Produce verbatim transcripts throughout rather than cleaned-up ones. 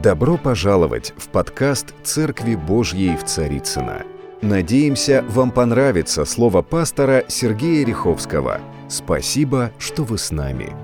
Добро пожаловать в подкаст Церкви Божьей в Царицыно. Надеемся, вам понравится слово пастора Сергея Риховского. Спасибо, что вы с нами.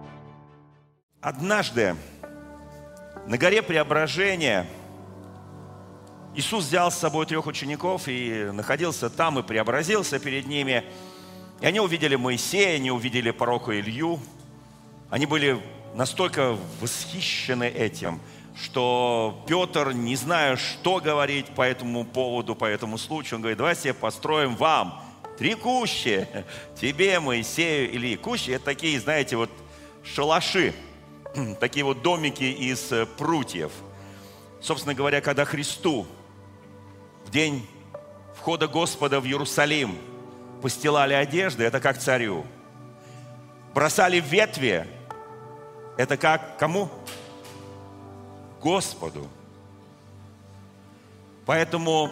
Однажды на горе Преображения Иисус взял с собой трех учеников и находился там, и преобразился перед ними. И они увидели Моисея, они увидели пророка Илью. Они были настолько восхищены этим, что Петр, не зная, что говорить по этому поводу, по этому случаю, он говорит: давайте построим вам три кущи, тебе, Моисею, Илии. Кущи – это такие, знаете, вот шалаши, такие вот домики из прутьев. Собственно говоря, когда Христу в день входа Господа в Иерусалим постилали одежды, это как царю. Бросали ветви, это как кому? Господу. Поэтому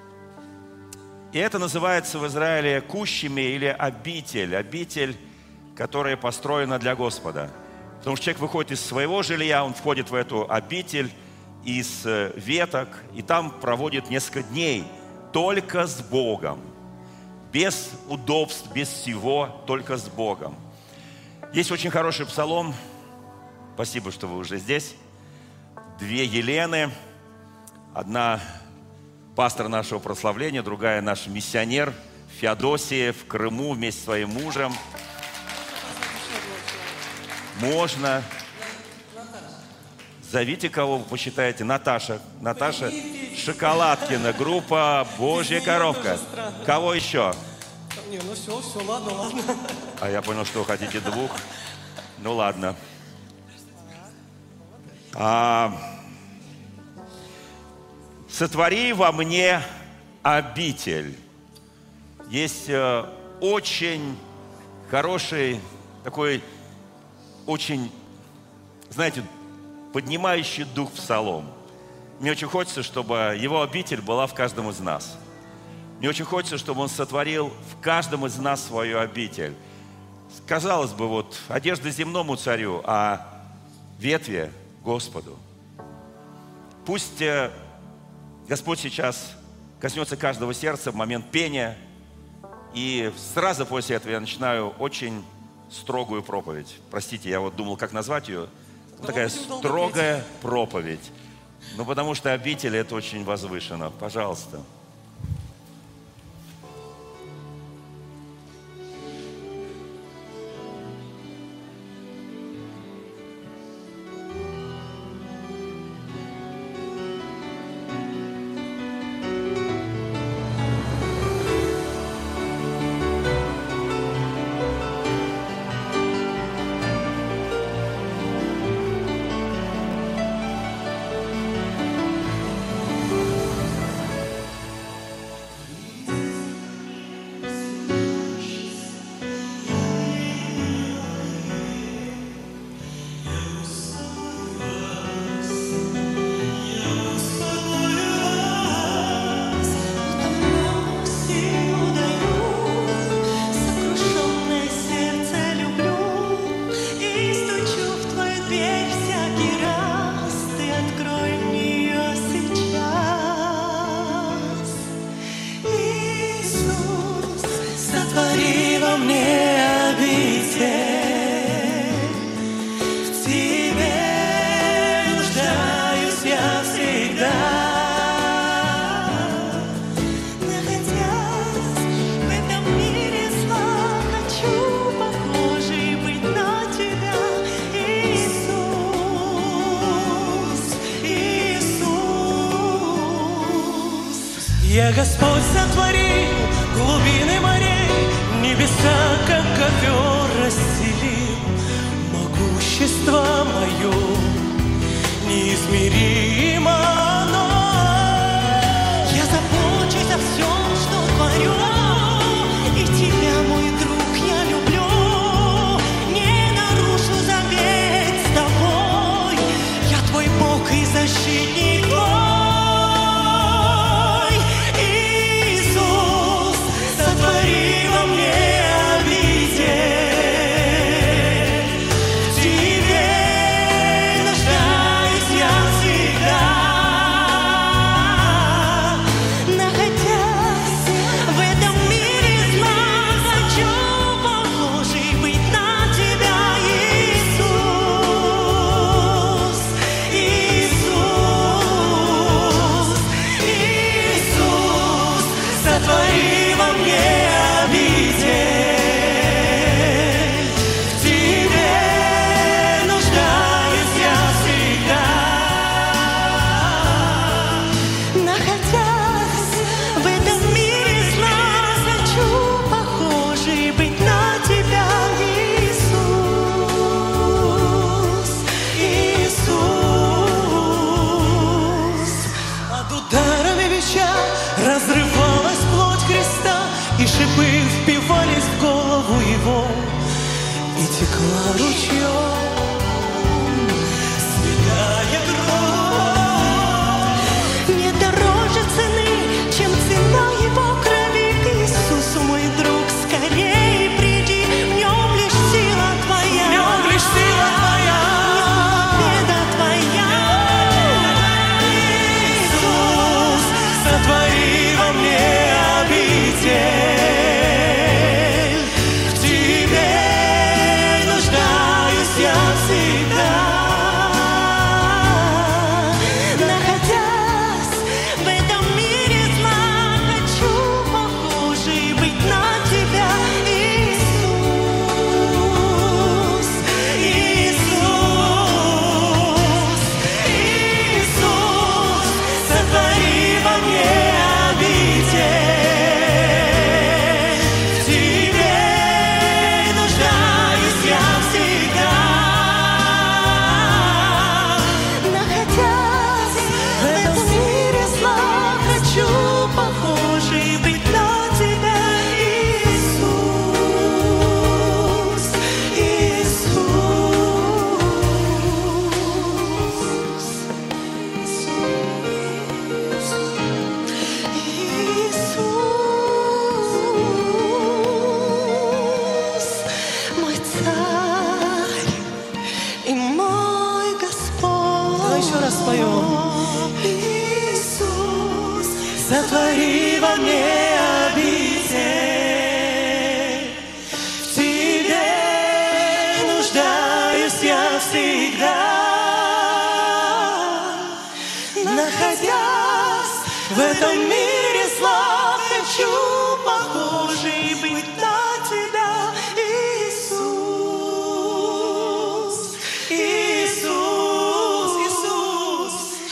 и это называется в Израиле кущами или обитель. Обитель, которая построена для Господа. Потому что человек выходит из своего жилья, он входит в эту обитель из веток, и там проводит несколько дней только с Богом. Без удобств, без всего, только с Богом. Есть очень хороший псалом. Спасибо, что вы уже здесь. Две Елены. Одна пастор нашего прославления, другая наш миссионер в Феодосии, в Крыму вместе со своим мужем. Можно. Зовите, кого вы посчитаете. Наташа. Наташа Шоколадкина. Группа «Божья коровка». Кого еще? Не, ну все, все, ладно, ладно. А я понял, что вы хотите двух. Ну ладно. А, «Сотвори во мне обитель». Есть э, очень хороший, такой очень, знаете, поднимающий дух псалом. Мне очень хочется, чтобы его обитель была в каждом из нас. Мне очень хочется, чтобы он сотворил в каждом из нас свою обитель. Казалось бы, вот одежда земному царю, а ветви Господу. Пусть э, Господь сейчас коснется каждого сердца в момент пения, и сразу после этого я начинаю очень строгую проповедь. Простите, я вот думал, как назвать ее. Ну, такая строгая проповедь. Ну, потому что обитель – это очень возвышенно. Пожалуйста. Я, Господь, сотворил глубины морей, небеса, как ковер, расстелил. Могущество мое неизмеримо оно. Я забочусь о всем, что творю, и тебя, мой друг, я люблю. Не нарушу завет с тобой, я твой Бог и защитник твой. Всегда раз споем. Иисус, сотвори во мне обитель. В Тебе нуждаюсь я всегда. Находясь в этом мире зла, хочу похожей быть на Тебя, Иисус. Иисус, Иисус,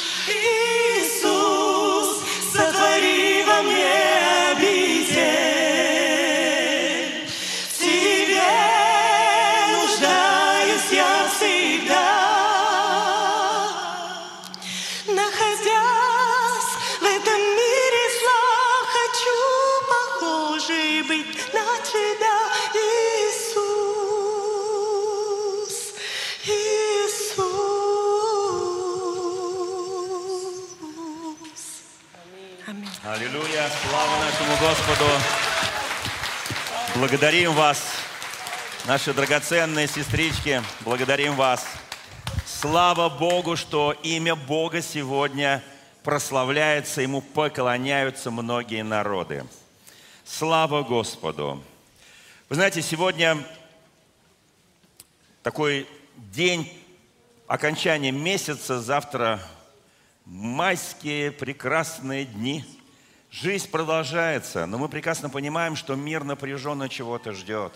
Иисус, сотвори во мне обитель. В Тебе нуждаюсь я всегда. Находясь в этом мире зла, хочу похожей быть на Тебя, Иисус. Иисус. Аминь. Аллилуйя! Слава нашему Господу! Благодарим вас, наши драгоценные сестрички, благодарим вас. Слава Богу, что имя Бога сегодня прославляется, Ему поклоняются многие народы. Слава Господу! Вы знаете, сегодня такой день окончания месяца, завтра майские прекрасные дни. Жизнь продолжается, но мы прекрасно понимаем, что мир напряженно чего-то ждет.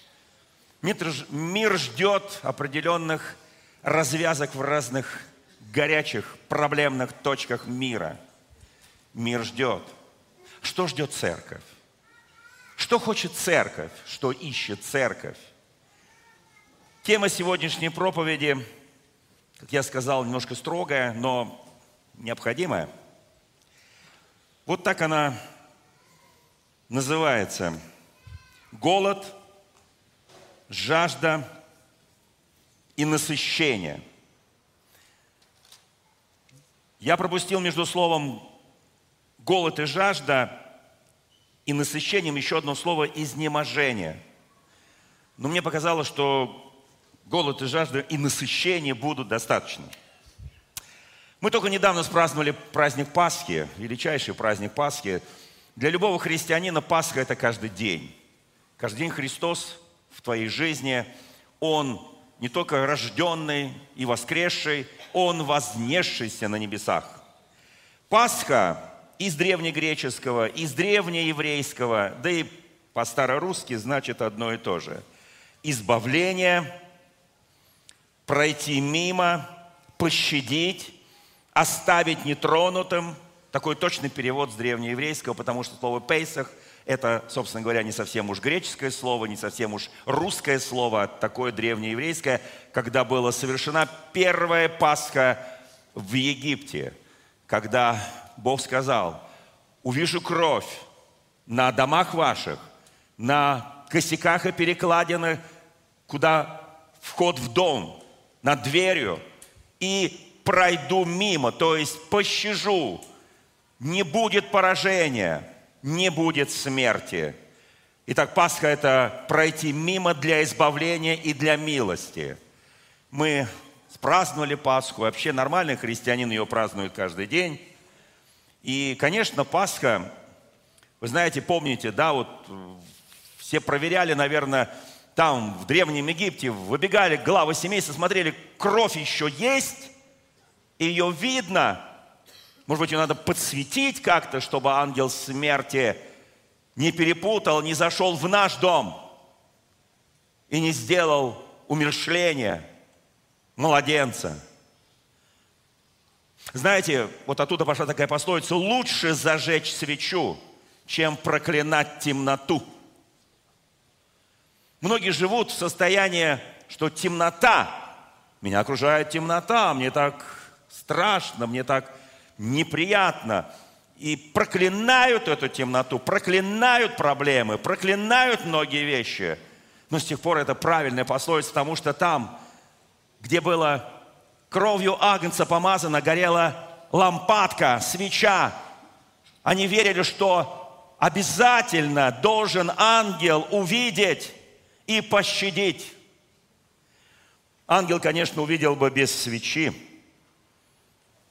Мир ждет определенных развязок в разных горячих, проблемных точках мира. Мир ждет. Что ждет церковь? Что хочет церковь? Что ищет церковь? Тема сегодняшней проповеди, как я сказал, немножко строгая, но необходимая. Вот так она называется. Голод, жажда и насыщение. Я пропустил между словом голод и жажда и насыщением еще одно слово изнеможение. Но мне показалось, что голод и жажда и насыщение будут достаточно. Мы только недавно праздновали праздник Пасхи, величайший праздник Пасхи. Для любого христианина Пасха – это каждый день. Каждый день Христос в твоей жизни, Он не только рожденный и воскресший, Он вознесшийся на небесах. Пасха из древнегреческого, из древнееврейского, да и по-старорусски значит одно и то же. Избавление, пройти мимо, пощадить, оставить нетронутым. Такой точный перевод с древнееврейского, потому что слово «пейсах» – это, собственно говоря, не совсем уж греческое слово, не совсем уж русское слово, а такое древнееврейское, когда была совершена первая Пасха в Египте, когда Бог сказал: «Увижу кровь на домах ваших, на косяках и перекладинах, куда вход в дом, над дверью, и пройду мимо», то есть пощажу, не будет поражения, не будет смерти. Итак, Пасха – это пройти мимо для избавления и для милости. Мы праздновали Пасху, вообще нормальный христианин ее празднует каждый день. И, конечно, Пасха, вы знаете, помните, да, вот все проверяли, наверное, там, в Древнем Египте, выбегали главы семейства, смотрели, кровь еще есть, и ее видно. Может быть, ее надо подсветить как-то, чтобы ангел смерти не перепутал, не зашел в наш дом и не сделал умерщвление младенца. Знаете, вот оттуда пошла такая пословица: лучше зажечь свечу, чем проклинать темноту. Многие живут в состоянии, что темнота, меня окружает темнота, мне так страшно, мне так неприятно. И проклинают эту темноту, проклинают проблемы, проклинают многие вещи. Но с тех пор это правильная пословица, потому что там, где было кровью агнца помазано, горела лампадка, свеча. Они верили, что обязательно должен ангел увидеть и пощадить. Ангел, конечно, увидел бы без свечи.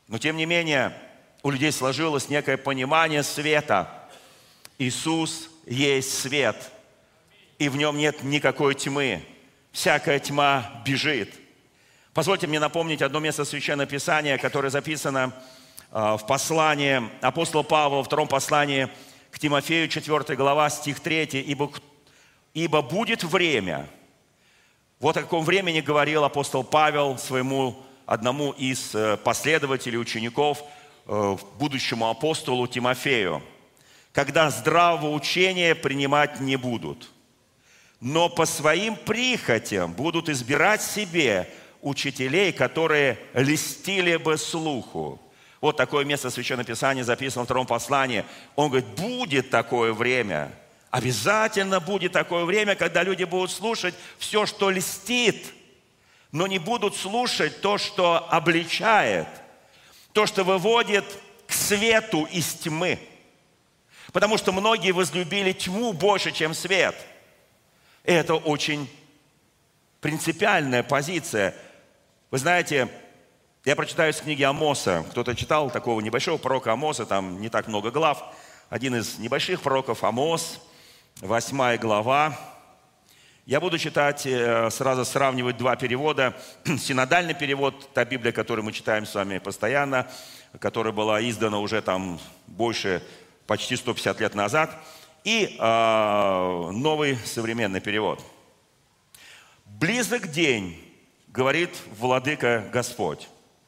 Но тем не менее, у людей сложилось некое понимание света. Иисус есть свет, и в нем нет никакой тьмы. Всякая тьма бежит. Позвольте мне напомнить одно место Священного Писания, которое записано в послании апостола Павла, во втором послании к Тимофею, четвёртая глава, стих третий. «Ибо, ибо будет время». Вот о каком времени говорил апостол Павел своему одному из последователей, учеников, будущему апостолу Тимофею. «Когда здравого учения принимать не будут, но по своим прихотям будут избирать себе учителей, которые льстили бы слуху». Вот такое место Священного Писания записано во втором послании. Он говорит, будет такое время, обязательно будет такое время, когда люди будут слушать все, что льстит, но не будут слушать то, что обличает, то, что выводит к свету из тьмы. Потому что многие возлюбили тьму больше, чем свет. И это очень принципиальная позиция. Вы знаете, я прочитаю из книги Амоса. Кто-то читал такого небольшого пророка Амоса, там не так много глав. Один из небольших пророков, Амос, восьмая глава. Я буду читать, сразу сравнивать два перевода. Синодальный перевод, та Библия, которую мы читаем с вами постоянно, которая была издана уже там больше, почти сто пятьдесят лет назад. И э, новый современный перевод. «Близок день, говорит Владыка Господь.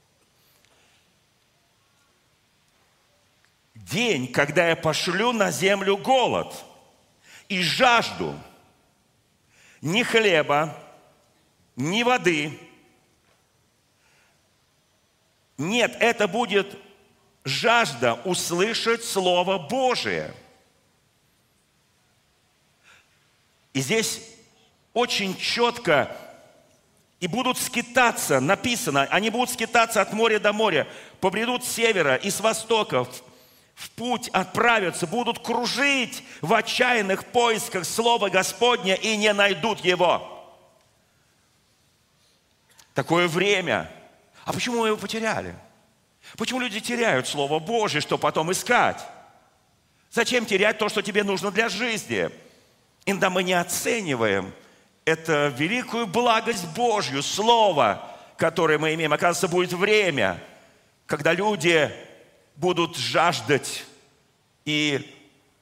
День, когда я пошлю на землю голод и жажду, ни хлеба, ни воды. Нет, это будет жажда услышать Слово Божие». И здесь очень четко и будут скитаться, написано, они будут скитаться от моря до моря, побредут с севера и с востока, в, в путь отправятся, будут кружить в отчаянных поисках Слова Господня и не найдут его. Такое время. А почему мы его потеряли? Почему люди теряют Слово Божие, что потом искать? Зачем терять то, что тебе нужно для жизни? Иногда мы не оцениваем эту великую благость Божью, Слово, которое мы имеем. Оказывается, будет время, когда люди будут жаждать и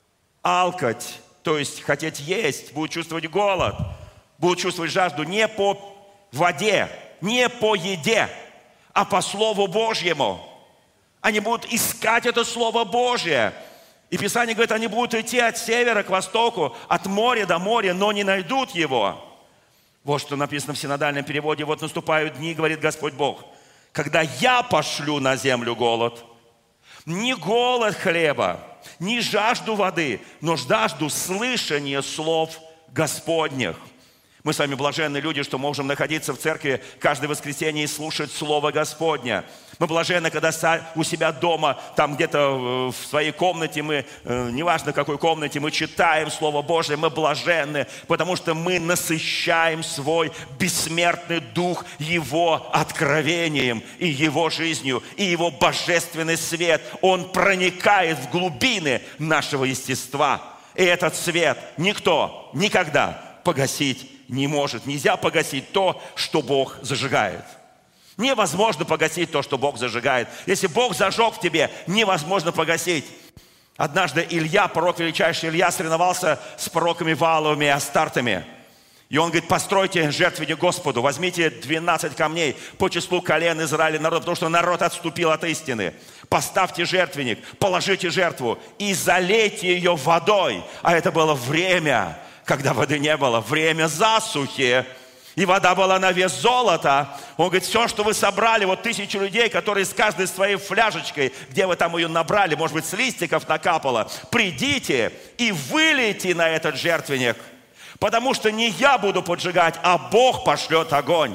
алкать, то есть хотеть есть, будут чувствовать голод, будут чувствовать жажду не по воде, не по еде, а по Слову Божьему. Они будут искать это Слово Божье. И Писание говорит, они будут идти от севера к востоку, от моря до моря, но не найдут его. Вот что написано в синодальном переводе. Вот наступают дни, говорит Господь Бог, когда я пошлю на землю голод. Не голод хлеба, не жажду воды, но жажду слышания слов Господних. Мы с вами блаженные люди, что можем находиться в церкви каждое воскресенье и слушать Слово Господня. Мы блаженны, когда у себя дома, там где-то в своей комнате, мы, неважно в какой комнате, мы читаем Слово Божие, мы блаженны, потому что мы насыщаем свой бессмертный дух Его откровением и Его жизнью, и Его божественный свет. Он проникает в глубины нашего естества. И этот свет никто никогда погасить не может. Нельзя погасить то, что Бог зажигает. Невозможно погасить то, что Бог зажигает. Если Бог зажег в тебе, невозможно погасить. Однажды Илья, пророк величайший Илья, соревновался с пророками Вааловыми и Астартами. И он говорит, постройте жертвенник Господу, возьмите двенадцать камней по числу колен Израиля народа, потому что народ отступил от истины. Поставьте жертвенник, положите жертву и залейте ее водой. А это было время, когда воды не было, время засухи, и вода была на вес золота. Он говорит, все, что вы собрали, вот тысячи людей, которые с каждой своей фляжечкой, где вы там ее набрали, может быть, с листиков накапало, придите и вылейте на этот жертвенник, потому что не я буду поджигать, а Бог пошлет огонь.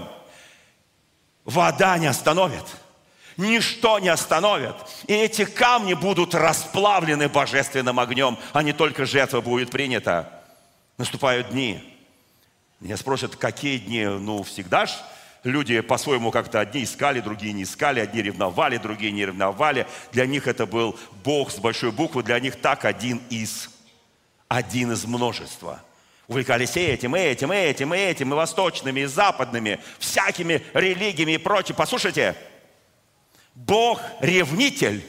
Вода не остановит, ничто не остановит, и эти камни будут расплавлены божественным огнем, а не только жертва будет принята. Наступают дни. Меня спросят, какие дни? Ну, всегда ж люди по-своему как-то одни искали, другие не искали, одни ревновали, другие не ревновали. Для них это был Бог с большой буквы, для них так один из, один из множества. Увлекались этим, и этим, и этим, и этим, и восточными, и западными, всякими религиями и прочее. Послушайте, Бог ревнитель.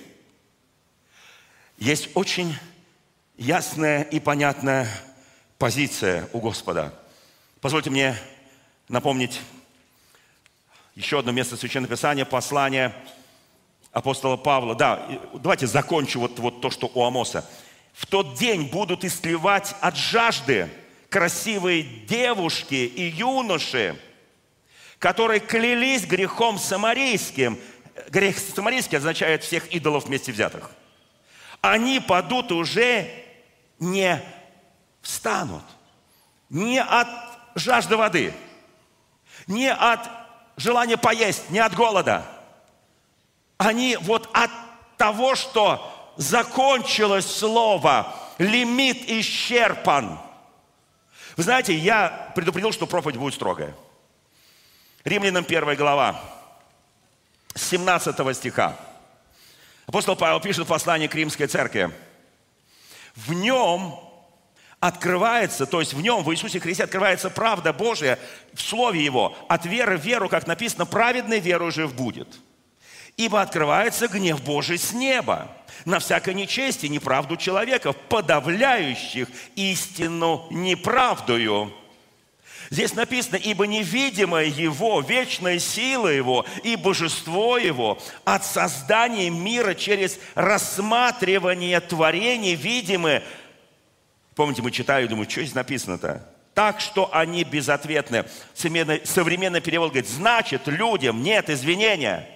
Есть очень ясная и понятная позиция у Господа. Позвольте мне напомнить еще одно место Священного Писания, послание апостола Павла. Да, давайте закончу вот, вот то, что у Амоса. «В тот день будут истлевать от жажды красивые девушки и юноши, которые клялись грехом самарийским». Грех самарийский означает всех идолов вместе взятых. «Они падут уже не встанут, не от жажды воды, не от желания поесть, не от голода. Они вот от того, что закончилось слово, лимит исчерпан». Вы знаете, я предупредил, что проповедь будет строгая. Римлянам первая глава, с семнадцатого стиха. Апостол Павел пишет послание к Римской церкви. В нем открывается, то есть в нем, в Иисусе Христе открывается правда Божия в Слове Его. От веры в веру, как написано, праведной верою жив будет. Ибо открывается гнев Божий с неба на всякое нечестие, неправду человеков, подавляющих истину неправдою. Здесь написано, ибо невидимое Его, вечная сила Его и божество Его от создания мира через рассматривание творений видимы. Помните, мы читали, думаю, что здесь написано-то? Так, что они безответны. Современный, современный перевод говорит, значит, людям нет извинения.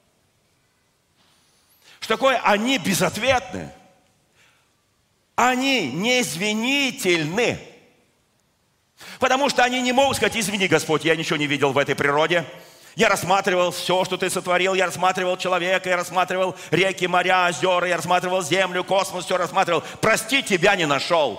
Что такое они безответны? Они неизвинительны. Потому что они не могут сказать, извини, Господь, я ничего не видел в этой природе. Я рассматривал все, что Ты сотворил. Я рассматривал человека, я рассматривал реки, моря, озера, я рассматривал землю, космос, все рассматривал. Прости, Тебя не нашел.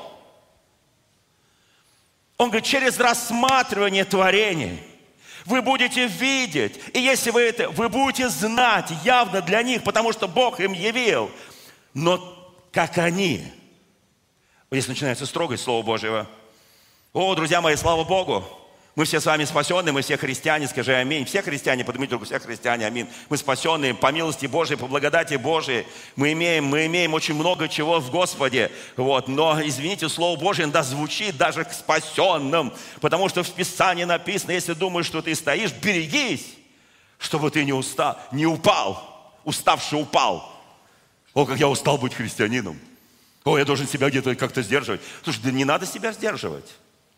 Он говорит, через рассматривание творений вы будете видеть. И если вы это, вы будете знать явно для них, потому что Бог им явил. Но как они. Здесь начинается строгость Слова Божьего. О, друзья мои, слава Богу, мы все с вами спасенные, мы все христиане, скажи аминь. Все христиане, поднимите руку, все христиане, аминь. Мы спасенные по милости Божией, по благодати Божией. Мы имеем, мы имеем очень много чего в Господе. Вот. Но, извините, Слово Божие иногда звучит даже к спасенным. Потому что в Писании написано, если думаешь, что ты стоишь, берегись, чтобы ты не, устал, не упал. Уставший упал. О, как я устал быть христианином. О, я должен себя где-то как-то сдерживать. Слушай, да не надо себя сдерживать.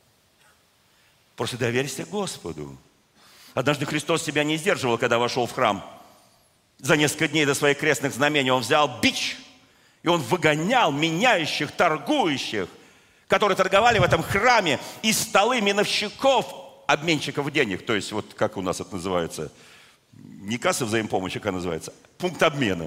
Просто доверься Господу. Однажды Христос себя не сдерживал, когда вошел в храм. За несколько дней до своих крестных знамений он взял бич, и он выгонял меняющих, торгующих, которые торговали в этом храме, из столы миновщиков, обменщиков денег. То есть, вот как у нас это называется, не касса взаимопомощи, как называется, пункт обмена.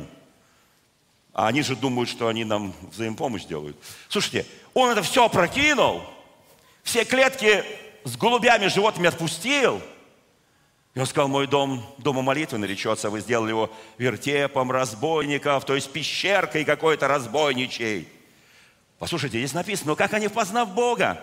А они же думают, что они нам взаимопомощь делают. Слушайте, он это все опрокинул, все клетки с голубями, животными отпустил. И он сказал, мой дом, дома молитвы наречется, вы сделали его вертепом разбойников, то есть пещеркой какой-то разбойничей. Послушайте, здесь написано, но как они, познав Бога,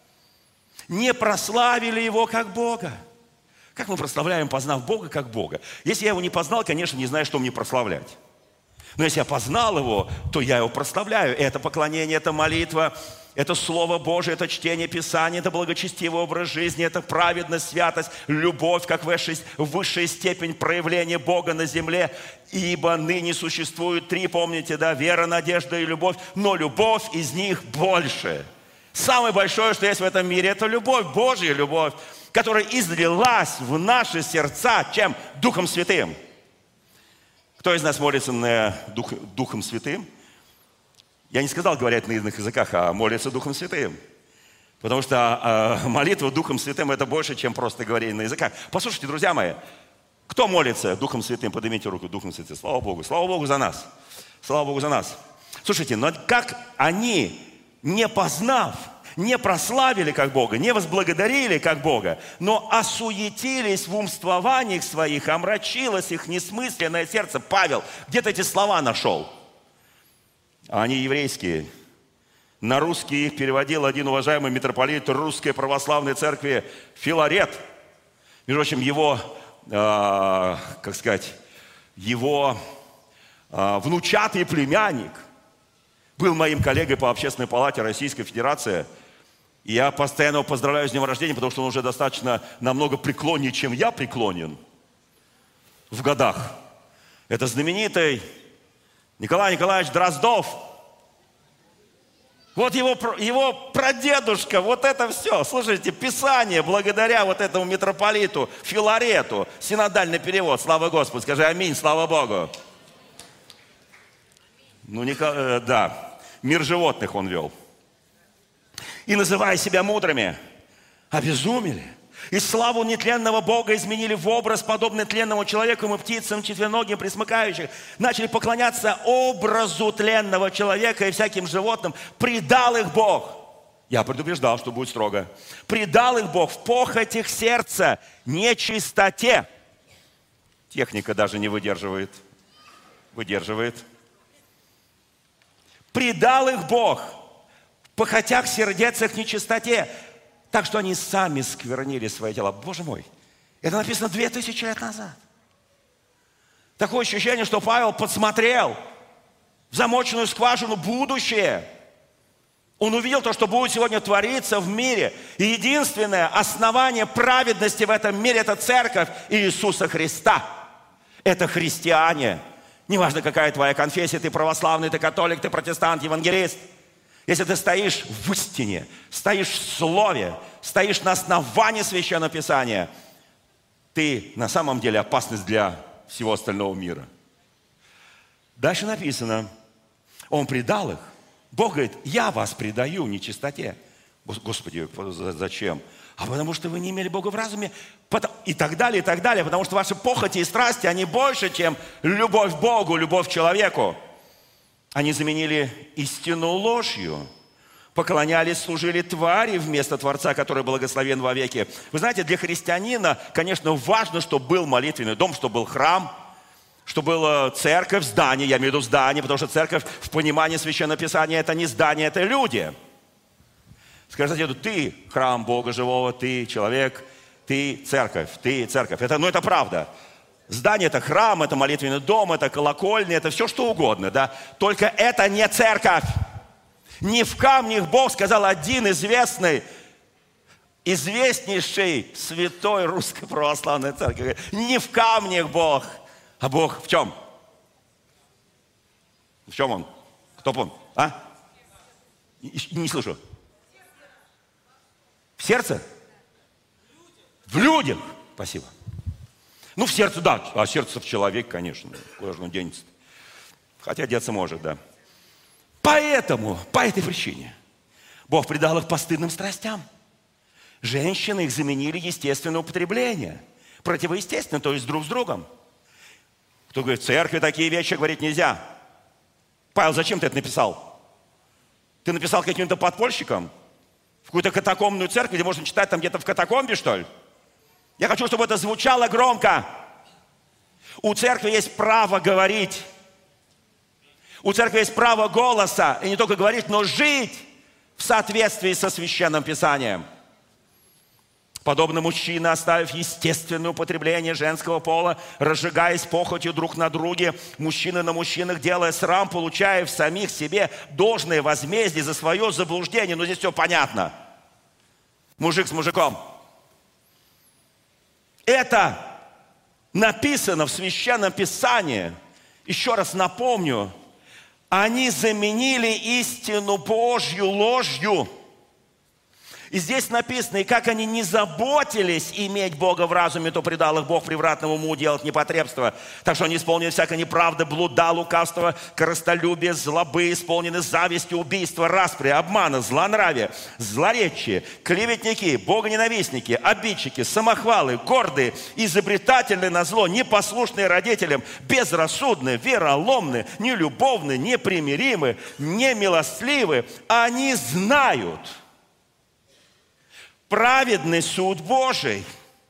не прославили Его как Бога. Как мы прославляем, познав Бога как Бога? Если я Его не познал, конечно, не знаю, что мне прославлять. Но если я познал Его, то я Его прославляю. Это поклонение, это молитва, это Слово Божие, это чтение Писания, это благочестивый образ жизни, это праведность, святость, любовь, как высшая, высшая степень проявления Бога на земле. Ибо ныне существует три, помните, да, вера, надежда и любовь, но любовь из них больше. Самое большое, что есть в этом мире, это любовь, Божья любовь, которая излилась в наши сердца, чем? Духом Святым. Кто из нас молится на Дух, Духом Святым? Я не сказал говорить на иных языках, а молиться Духом Святым. Потому что э, молитва Духом Святым – это больше, чем просто говорение на языках. Послушайте, друзья мои, кто молится Духом Святым? Поднимите руку Духом Святым. Слава Богу. Слава Богу за нас. Слава Богу за нас. Слушайте, но как они, не познав, не прославили как Бога, не возблагодарили как Бога, но осуетились в умствованиях своих, омрачилось их несмысленное сердце. Павел где-то эти слова нашел. А они еврейские. На русский их переводил один уважаемый митрополит Русской Православной Церкви Филарет. Между прочим, его, э, как сказать, его э, внучатый племянник был моим коллегой по Общественной палате Российской Федерации. И я постоянно его поздравляю с днем рождения, потому что он уже достаточно намного преклоннее, чем я преклонен в годах. Это знаменитый Николай Николаевич Дроздов. Вот его, его прадедушка, вот это все. Слушайте, Писание благодаря вот этому митрополиту Филарету. Синодальный перевод. Слава Господу. Скажи аминь, слава Богу. Ну, Николай, да. Мир животных он вел. И, называя себя мудрыми, обезумели. И славу нетленного Бога изменили в образ, подобный тленному человеку и птицам, четвероногим, пресмыкающим. Начали поклоняться образу тленного человека и всяким животным. Предал их Бог. Я предупреждал, что будет строго. Предал их Бог в похоть их сердца, нечистоте. Техника даже не выдерживает. Выдерживает. Предал их Бог в похотях сердец их нечистоте. Так что они сами сквернили свои тела. Боже мой, это написано две тысячи лет назад. Такое ощущение, что Павел подсмотрел в замоченную скважину будущее. Он увидел то, что будет сегодня твориться в мире. И единственное основание праведности в этом мире – это церковь Иисуса Христа. Это христиане. Неважно, какая твоя конфессия, ты православный, ты католик, ты протестант, евангелист. Если ты стоишь в истине, стоишь в Слове, стоишь на основании Священного Писания, ты на самом деле опасность для всего остального мира. Дальше написано, Он предал их. Бог говорит, я вас предаю нечистоте. Господи, зачем? А потому что вы не имели Бога в разуме. И так далее, и так далее. Потому что ваши похоти и страсти, они больше, чем любовь к Богу, любовь к человеку. Они заменили истину ложью, поклонялись, служили твари вместо Творца, который благословен вовеки. Вы знаете, для христианина, конечно, важно, чтобы был молитвенный дом, чтобы был храм, чтобы была церковь, здание, я имею в виду здание, потому что церковь в понимании Священного Писания это не здание, это люди. Скажи соседу, ты храм Бога живого, ты человек, ты церковь, ты церковь. Это, ну, это правда. Здание – это храм, это молитвенный дом, это колокольня, это все что угодно, да? Только это не церковь. Не в камнях Бог сказал один известный, известнейший святой Русской Православной Церкви. Не в камнях Бог, а Бог в чем? В чем Он? Кто Он? А? Не слышу. В сердце? В людях. Спасибо. Ну, в сердце, да. А сердце в человек, конечно. Куда же он денется? Хотя деться может, да. Поэтому, по этой причине, Бог предал их постыдным страстям. Женщины их заменили естественное употребление. Противоестественно, то есть друг с другом. Кто говорит, в церкви такие вещи говорить нельзя. Павел, зачем ты это написал? Ты написал каким-то подпольщикам? В какую-то катакомбную церковь, где можно читать там где-то в катакомбе, что ли? Я хочу, чтобы это звучало громко. У церкви есть право говорить. У церкви есть право голоса. И не только говорить, но жить в соответствии со Священным Писанием. Подобно мужчины, оставив естественное употребление женского пола, разжигаясь похотью друг на друге, мужчины на мужчинах, делая срам, получая в самих себе должное возмездие за свое заблуждение. Но здесь все понятно. Мужик с мужиком. Это написано в Священном Писании. Еще раз напомню. Они заменили истину Божью ложью. И здесь написано, и как они не заботились иметь Бога в разуме, то предал их Бог превратному уму делать непотребство. Так что они исполнили всякой неправды, блуда, лукавства, корыстолюбия, злобы, исполнены зависти, убийства, распри, обмана, злонравия, злоречия, клеветники, богоненавистники, обидчики, самохвалы, гордые, изобретательные на зло, непослушные родителям, безрассудные, вероломные, нелюбовные, непримиримые, немилостливые. Они знают, праведный суд Божий.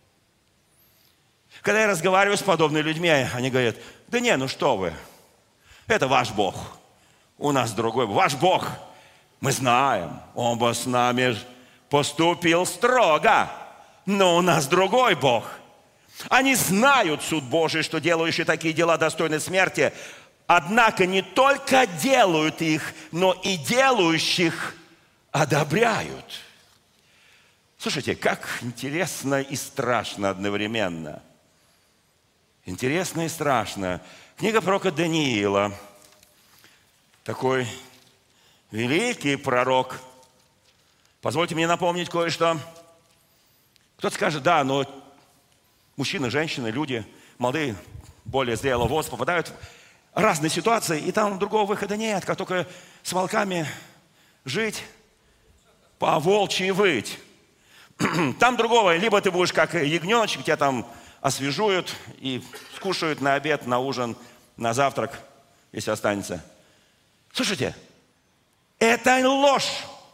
Когда я разговариваю с подобными людьми, они говорят: да не, ну что вы, это ваш Бог, у нас другой. Ваш Бог, мы знаем, Он бы с нами поступил строго, но у нас другой Бог. Они знают суд Божий, что делающие такие дела достойны смерти, однако не только делают их, но и делающих одобряют. Слушайте, как интересно и страшно одновременно. Интересно и страшно. Книга пророка Даниила. Такой великий пророк. Позвольте мне напомнить кое-что. Кто-то скажет: да, но мужчины, женщины, люди, молодые, более зрелого возраста попадают в разные ситуации, и там другого выхода нет, как только с волками жить, по волчьи выть. Там другого, либо ты будешь как ягненочек, тебя там освежуют и скушают на обед, на ужин, на завтрак, если останется. Слушайте, это ложь.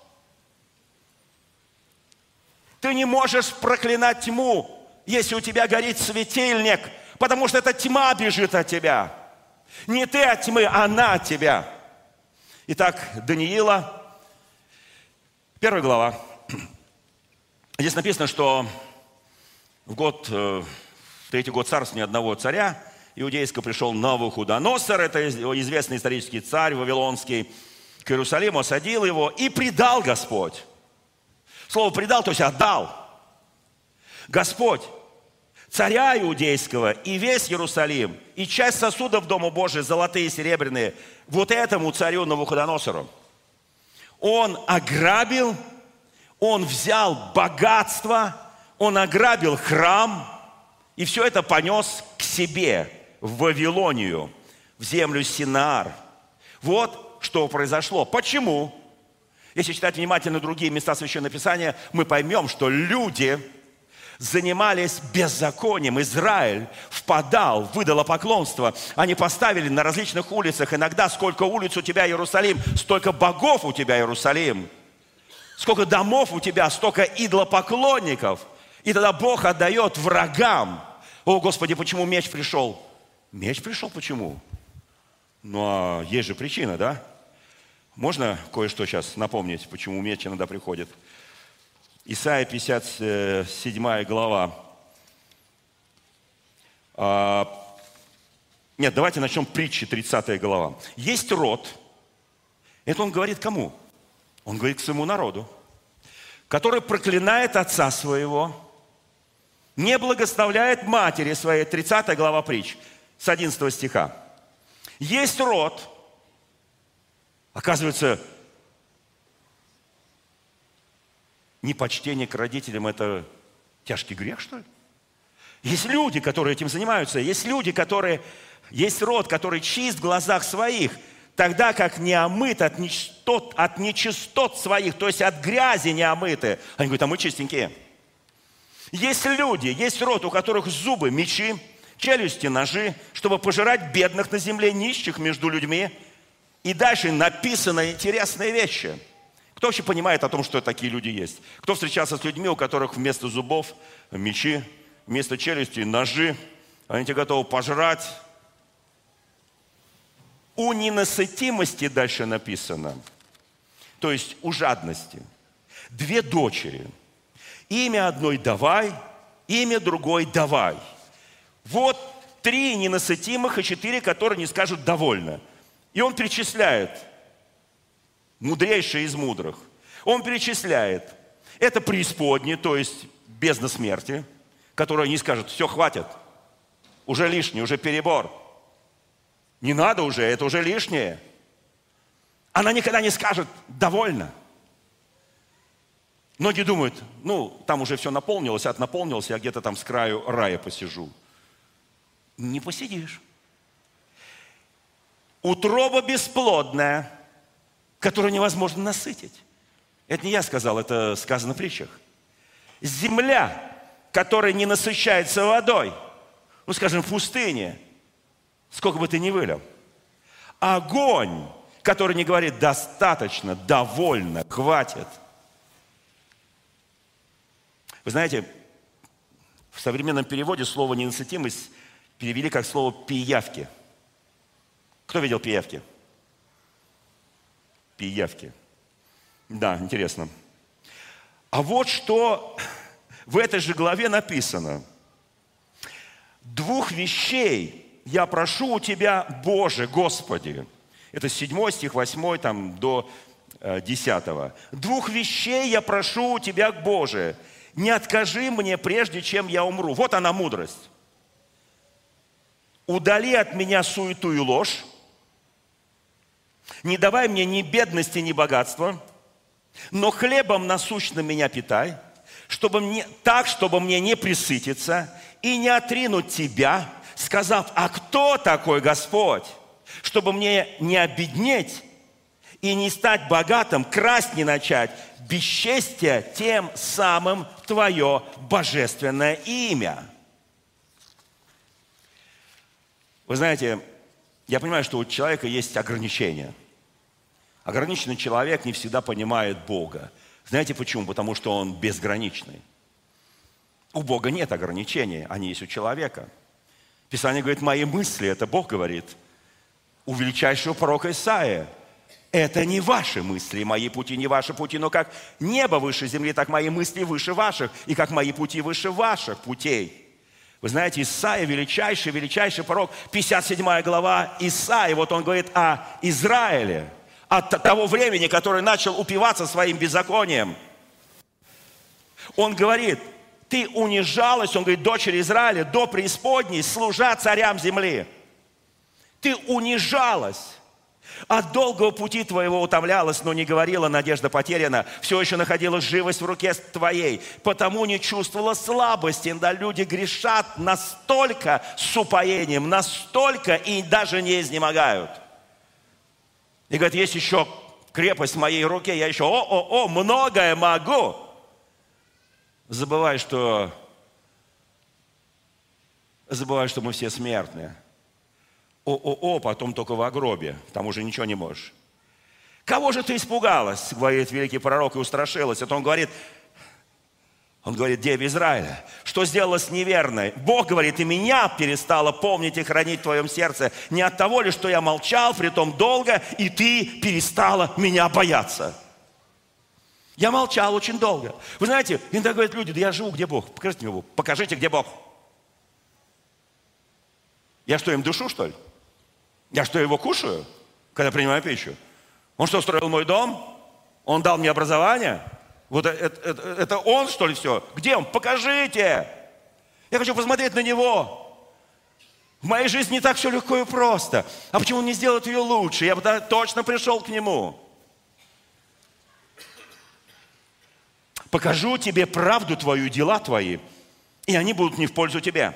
Ты не можешь проклинать тьму, если у тебя горит светильник, потому что эта тьма бежит от тебя. Не ты от тьмы, она от тебя. Итак, Даниила, первая глава. Здесь написано, что в год, в третий год царствования одного царя иудейского пришел Навуходоносор, это известный исторический царь вавилонский, к Иерусалиму, осадил его и предал Господь. Слово «предал», то есть отдал. Господь царя иудейского и весь Иерусалим, и часть сосудов Дома Божия, золотые и серебряные, вот этому царю Навуходоносору. Он ограбил, он взял богатство, он ограбил храм, и все это понес к себе, в Вавилонию, в землю Синаар. Вот что произошло. Почему? Если читать внимательно другие места Священного Писания, мы поймем, что люди занимались беззаконием. Израиль впадал в идолопоклонство. Они поставили на различных улицах. Иногда сколько улиц у тебя, Иерусалим, столько богов у тебя, Иерусалим. Сколько домов у тебя, столько идолопоклонников. И тогда Бог отдает врагам. О, Господи, почему меч пришел? Меч пришел почему? Ну, а есть же причина, да? Можно кое-что сейчас напомнить, почему меч иногда приходит? Исайя пятьдесят седьмая глава. А, нет, давайте начнем притчи, тридцатая глава. Есть род. Это он говорит кому? Он говорит к своему народу, который проклинает отца своего, не благословляет матери своей. тридцатая глава притч, с одиннадцатого стиха. Есть род. Оказывается, непочтение к родителям – это тяжкий грех, что ли? Есть люди, которые этим занимаются. Есть люди, которые… Есть род, который чист в глазах своих, тогда как не омыт от нечистот, от нечистот своих, то есть от грязи не омыты. Они говорят: а мы чистенькие. Есть люди, есть род, у которых зубы – мечи, челюсти – ножи, чтобы пожирать бедных на земле, нищих между людьми. И дальше написаны интересные вещи. Кто вообще понимает о том, что такие люди есть? Кто встречался с людьми, у которых вместо зубов мечи, вместо челюсти ножи, они тебя готовы пожрать? У ненасытимости дальше написано, то есть у жадности. Две дочери. Имя одной давай, имя другой давай. Вот три ненасытимых и четыре, которые не скажут довольно. И он перечисляет, мудрейший из мудрых, он перечисляет, это преисподние, то есть бездна смерти, которая не скажет: все, хватит, уже лишнее, уже перебор. Не надо уже, это уже лишнее. Она никогда не скажет: довольно. Многие думают: ну, там уже все наполнилось, от наполнилось, я где-то там с краю рая посижу. Не посидишь. Утроба бесплодная, которую невозможно насытить. Это не я сказал, это сказано в притчах. Земля, которая не насыщается водой, ну, скажем, в пустыне, сколько бы ты ни вылил. Огонь, который не говорит: достаточно, довольно, хватит. Вы знаете, в современном переводе слово «ненасытимость» перевели как слово «пиявки». Кто видел пиявки? Пиявки. Да, интересно. А вот что в этой же главе написано. «Двух вещей я прошу у Тебя, Боже, Господи». Это седьмой стих, восьмой там, до э, десятого. «Двух вещей я прошу у Тебя, Боже, не откажи мне, прежде чем я умру». Вот она мудрость. «Удали от меня суету и ложь, не давай мне ни бедности, ни богатства, но хлебом насущным меня питай, чтобы мне, так, чтобы мне не пресытиться и не отринуть Тебя, сказав: а кто такой Господь, чтобы мне не обеднеть и не стать богатым, красть не начать, бесчестие тем самым Твое божественное имя». Вы знаете, я понимаю, что у человека есть ограничения. Ограниченный человек не всегда понимает Бога. Знаете почему? Потому что он безграничный. У Бога нет ограничений, они есть у человека. Писание говорит: мои мысли, это Бог говорит, у величайшего пророка Исаия. Это не ваши мысли, мои пути не ваши пути, но как небо выше земли, так мои мысли выше ваших, и как мои пути выше ваших путей. Вы знаете, Исаия величайший, величайший пророк, пятьдесят седьмая глава Исаии, вот он говорит о Израиле, от того времени, который начал упиваться своим беззаконием. Он говорит: ты унижалась, он говорит, дочери Израиля, до преисподней, служа царям земли. Ты унижалась. От долгого пути твоего утомлялась, но не говорила: надежда потеряна. Все еще находила живость в руке твоей, потому не чувствовала слабости. Да, люди грешат настолько с упоением, настолько и даже не изнемогают. И говорит: есть еще крепость в моей руке, я еще о-о-о, многое могу. Забывай, что, забывай, что мы все смертные. О-о-о, потом только в гробе, там уже ничего не можешь. Кого же ты испугалась, говорит великий пророк, и устрашилась? Это он говорит, он говорит, деве Израиля, что сделалось неверной? Бог говорит: и меня перестала помнить и хранить в твоем сердце. Не от того ли, что я молчал, притом долго, и ты перестала меня бояться? Я молчал очень долго. Вы знаете, иногда говорят люди: да я живу, где Бог? Покажите мне Бог. Покажите, где Бог. Я что, им душу, что ли? Я что, его кушаю, когда принимаю пищу? Он что, строил мой дом? Он дал мне образование? Вот это, это, это он, что ли, все? Где он? Покажите! Я хочу посмотреть на него. В моей жизни не так все легко и просто. А почему он не сделает ее лучше? Я бы точно пришел к нему. Покажу тебе правду твою, дела твои, и они будут не в пользу тебе.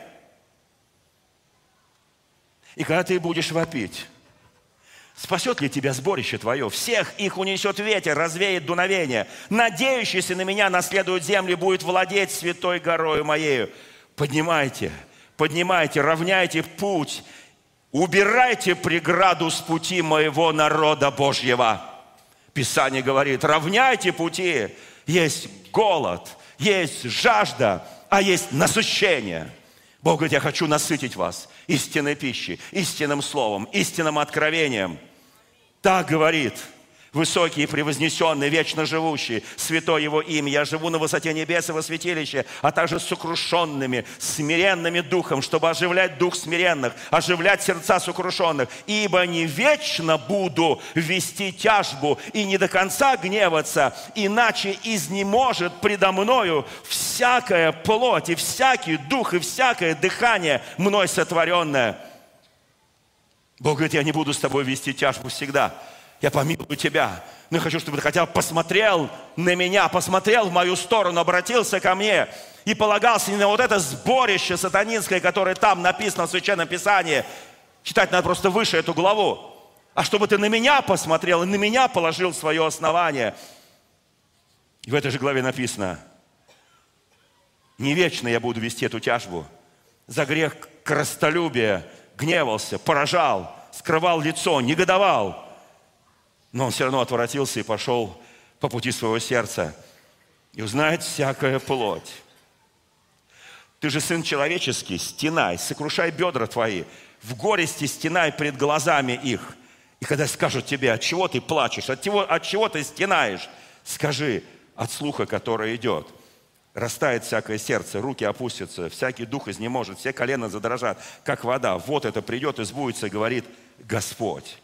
И когда ты будешь вопить: спасет ли тебя сборище твое? Всех их унесет ветер, развеет дуновение. Надеющийся на меня наследует землю, будет владеть святой горою моею. Поднимайте, поднимайте, равняйте путь, убирайте преграду с пути моего народа Божьего. Писание говорит: равняйте пути. Есть голод, есть жажда, а есть насыщение. Бог говорит: я хочу насытить вас истинной пищей, истинным словом, истинным откровением. Так говорит высокий и превознесенный, вечно живущий, святое Его имя. Я живу на высоте небес и во святилище, а также с сокрушенными, смиренными духом, чтобы оживлять дух смиренных, оживлять сердца сокрушенных. Ибо не вечно буду вести тяжбу и не до конца гневаться, иначе изнеможет предо мною всякая плоть и всякий дух и всякое дыхание мной сотворенное. Бог говорит: я не буду с тобой вести тяжбу всегда. Я помилую тебя, но я хочу, чтобы ты хотя бы посмотрел на меня, посмотрел в мою сторону, обратился ко мне и полагался не на вот это сборище сатанинское, которое там написано в Священном Писании. Читать надо просто выше эту главу. А чтобы ты на меня посмотрел и на меня положил свое основание. И в этой же главе написано: не вечно я буду вести эту тяжбу. За грех корыстолюбия гневался, поражал, скрывал лицо, негодовал. Но он все равно отворотился и пошел по пути своего сердца. И узнает всякая плоть, Ты же сын человеческий, стенай, сокрушай бедра твои, в горести стенай пред глазами их. И когда скажут тебе, от чего ты плачешь, от чего, от чего ты стенаешь, скажи, от слуха, который идет. Растает всякое сердце, руки опустятся, всякий дух изнеможет, все колена задрожат, как вода. Вот это придет и сбудется, говорит Господь.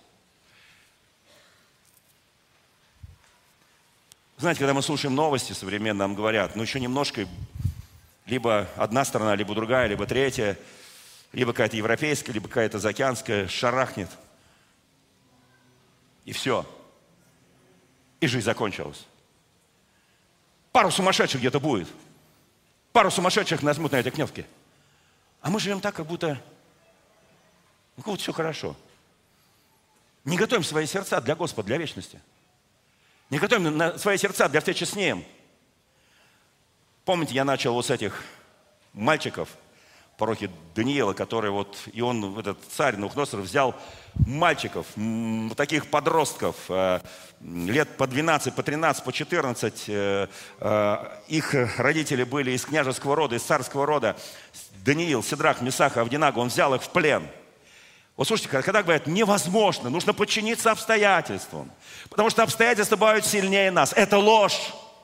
Знаете, когда мы слушаем новости современные, нам говорят, ну еще немножко, либо одна страна, либо другая, либо третья, либо какая-то европейская, либо какая-то заокеанская шарахнет. И все. И жизнь закончилась. Пару сумасшедших где-то будет. Пару сумасшедших нажмут на этой кнопке. А мы живем так, как будто, ну, как будто все хорошо. Не готовим свои сердца для Господа, для вечности. Не готовим на свои сердца для встречи с Ним. Помните, я начал вот с этих мальчиков, пророки Даниила, который вот, и он, этот царь Навуходоносор, взял мальчиков, таких подростков, лет по двенадцать, по тринадцать, по четырнадцать. Их родители были из княжеского рода, из царского рода. Даниил, Сидрах, Месах, Авденаго, он взял их в плен. Вот слушайте, когда говорят, невозможно, нужно подчиниться обстоятельствам, потому что обстоятельства бывают сильнее нас. Это ложь.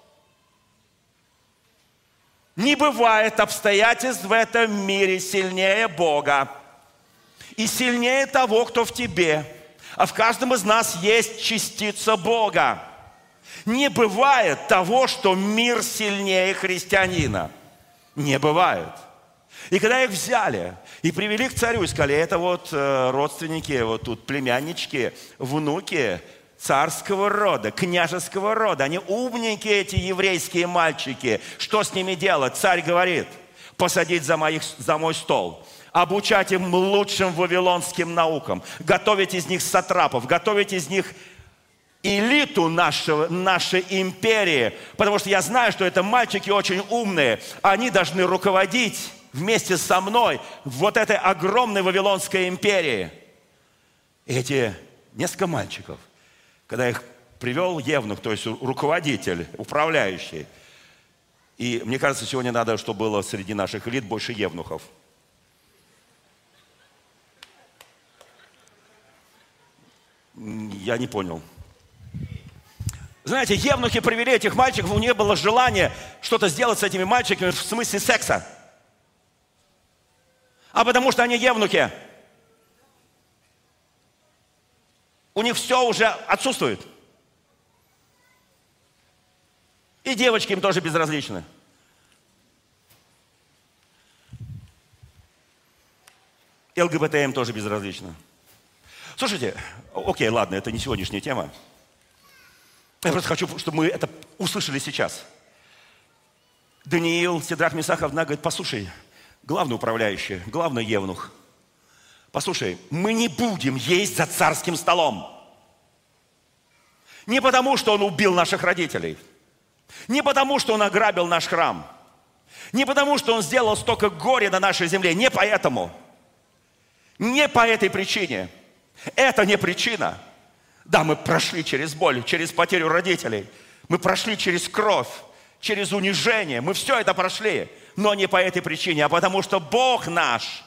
Не бывает обстоятельств в этом мире сильнее Бога и сильнее того, кто в тебе. А в каждом из нас есть частица Бога. Не бывает того, что мир сильнее христианина. Не бывает. И когда их взяли и привели к царю, и сказали, это вот э, родственники, вот тут племяннички, внуки царского рода, княжеского рода. Они умненькие, эти еврейские мальчики. Что с ними делать? Царь говорит, посадить за, моих, за мой стол, обучать им лучшим вавилонским наукам, готовить из них сатрапов, готовить из них элиту нашего, нашей империи. Потому что я знаю, что это мальчики очень умные. Они должны руководить вместе со мной вот этой огромной вавилонской империи. И эти несколько мальчиков, когда их привел евнух, то есть руководитель, управляющий. И мне кажется, сегодня надо, чтобы было среди наших элит больше евнухов. Я не понял. Знаете, евнухи привели этих мальчиков, у них было желание что-то сделать с этими мальчиками в смысле секса. А потому что они евнухи. У них все уже отсутствует. И девочки им тоже безразличны. И ЛГБТ им тоже безразлично. Слушайте, окей, ладно, это не сегодняшняя тема. Я просто хочу, чтобы мы это услышали сейчас. Даниил, Сидрах, Месах, Авденаго говорит, послушай, главный управляющий, главный евнух, послушай, мы не будем есть за царским столом. Не потому, что он убил наших родителей. Не потому, что он ограбил наш храм. Не потому, что он сделал столько горя на нашей земле. Не поэтому. Не по этой причине. Это не причина. Да, мы прошли через боль, через потерю родителей. Мы прошли через кровь, через унижение. Мы все это прошли. Но не по этой причине, а потому что Бог наш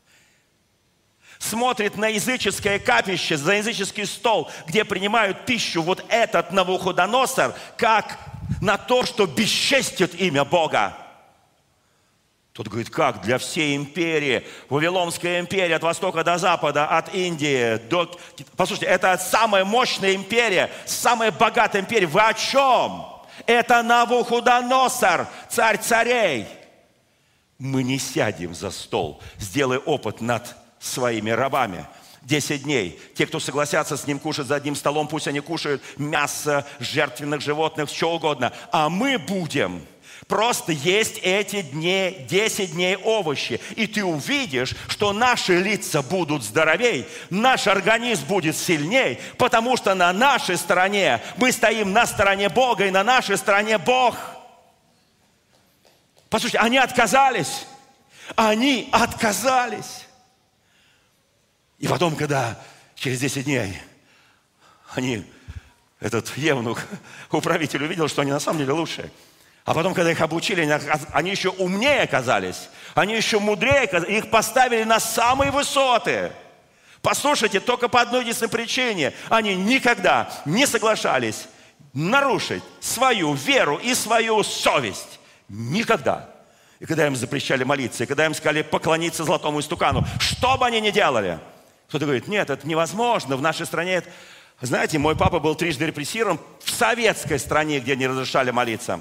смотрит на языческое капище, за языческий стол, где принимают пищу вот этот Навуходоносор, как на то, что бесчестит имя Бога. Тот говорит, как? Для всей империи, Вавилонская империя от востока до запада, от Индии до... Послушайте, это самая мощная империя, самая богатая империя. Вы о чем? Это Навуходоносор, царь царей. Мы не сядем за стол. Сделай опыт над своими рабами. Десять дней. Те, кто согласятся с ним кушать за одним столом, пусть они кушают мясо жертвенных животных, что угодно. А мы будем просто есть эти дни, десять дней овощи. И ты увидишь, что наши лица будут здоровей, наш организм будет сильней, потому что на нашей стороне, мы стоим на стороне Бога, и на нашей стороне Бог. Послушайте, они отказались. Они отказались. И потом, когда через десять дней они, этот евнух, управитель увидел, что они на самом деле лучшие, А потом, когда их обучили, они еще умнее оказались, они еще мудрее оказались, их поставили на самые высоты. Послушайте, только по одной единственной причине. Они никогда не соглашались нарушить свою веру и свою совесть. Никогда. И когда им запрещали молиться, и когда им сказали поклониться золотому истукану, что бы они ни делали, кто-то говорит, нет, это невозможно, в нашей стране это... Знаете, мой папа был трижды репрессирован в советской стране, где не разрешали молиться.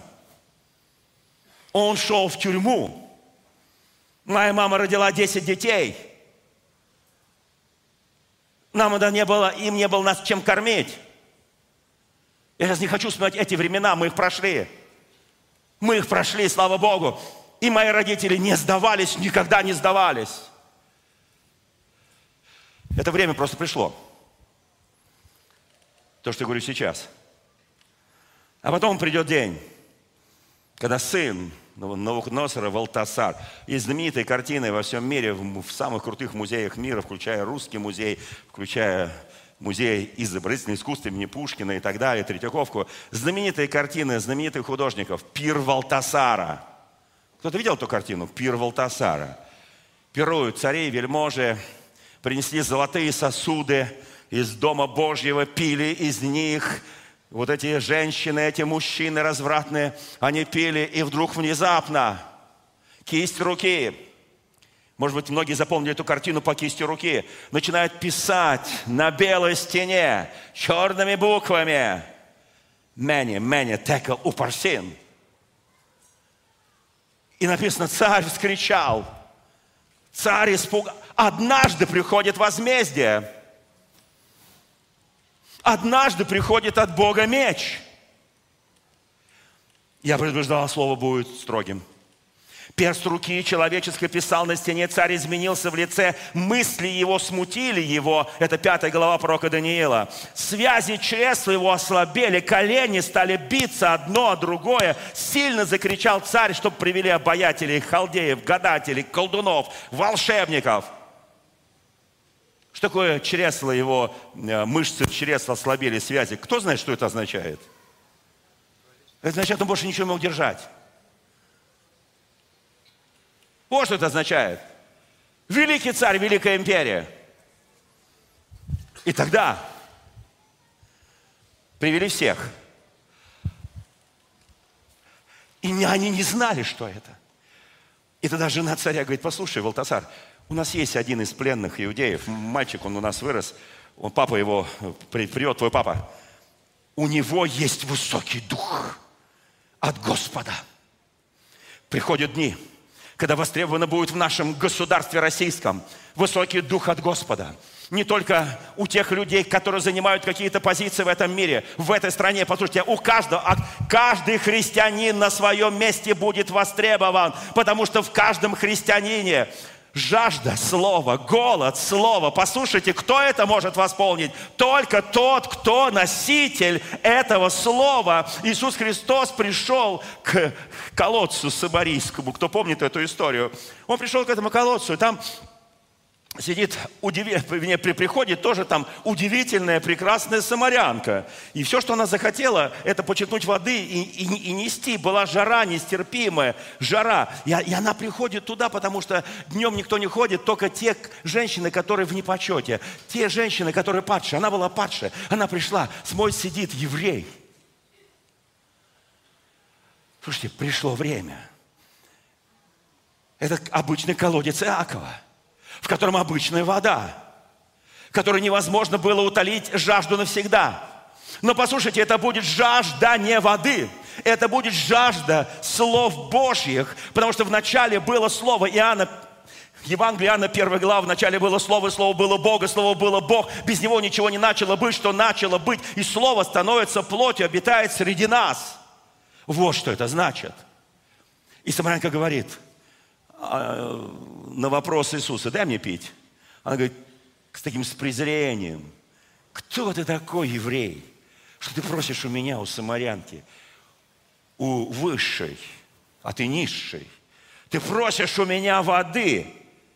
Он шел в тюрьму. Моя мама родила десять детей. Нам это не было, им не было нас чем кормить. Я сейчас не хочу вспоминать эти времена, мы их прошли. Мы их прошли, слава Богу. И мои родители не сдавались, никогда не сдавались. Это время просто пришло. То, что я говорю сейчас. А потом придет день, когда сын Навуходоносора, Валтасар, есть знаменитые картины во всем мире, в самых крутых музеях мира, включая Русский музей, включая музей изобразительного искусства имени Пушкина и так далее, Третьяковку. Знаменитые картины знаменитых художников. «Пир Валтасара». Кто-то видел эту картину? «Пир Валтасара». Пируют цари, вельможи, принесли золотые сосуды из Дома Божьего, пили из них. Вот эти женщины, эти мужчины развратные, они пили, и вдруг внезапно кисть руки, может быть, многие запомнили эту картину по кисти руки, начинают писать на белой стене черными буквами «Мэни, мэни, текел упарсин». И написано, царь вскричал, царь испугался. Однажды приходит возмездие. Однажды приходит от Бога меч. Я предупреждал, слово будет строгим. Перст руки человеческой писал на стене, царь изменился в лице, мысли его смутили его. Это пятая глава пророка Даниила. Связи чресла его ослабели, колени стали биться одно о другое. Сильно закричал царь, чтобы привели обаятелей, халдеев, гадателей, колдунов, волшебников. Что такое чресло его, мышцы чресла ослабели, связи? Кто знает, что это означает? Это означает, он больше ничего не мог держать. Вот что это означает. Великий царь, великая империя. И тогда привели всех. И они не знали, что это. И тогда жена царя говорит, послушай, Валтасар, у нас есть один из пленных иудеев, мальчик, он у нас вырос, он, папа его, придет твой папа. У него есть высокий дух от Господа. Приходят дни, когда востребовано будет в нашем государстве российском высокий дух от Господа. Не только у тех людей, которые занимают какие-то позиции в этом мире, в этой стране. Послушайте, у каждого, каждый христианин на своем месте будет востребован, потому что в каждом христианине жажда слова, голод слова. Послушайте, кто это может восполнить? Только тот, кто носитель этого слова. Иисус Христос пришел к колодцу Самарийскому. Кто помнит эту историю? Он пришел к этому колодцу, и там сидит, удиви... приходит тоже там удивительная, прекрасная самарянка. И все, что она захотела, это почерпнуть воды и, и, и нести. Была жара нестерпимая, жара. И, и она приходит туда, потому что днем никто не ходит, только те женщины, которые в непочете. Те женщины, которые падшие. Она была падшая. Она пришла, смой сидит еврей. Слушайте, пришло время. Это обычный колодец Иакова, в котором обычная вода, которой невозможно было утолить жажду навсегда. Но послушайте, это будет жажда не воды, это будет жажда слов Божьих, потому что вначале было слово Иоанна, Евангелие Иоанна, первая глава, вначале было слово, и слово было Бога, слово было Бог, без него ничего не начало быть, что начало быть, и слово становится плотью, обитает среди нас. Вот что это значит. И самарянка говорит на вопрос Иисуса, дай мне пить. Она говорит с таким с презрением, кто ты такой, еврей, что ты просишь у меня, у самарянки, у высшей, а ты низшей. Ты просишь у меня воды.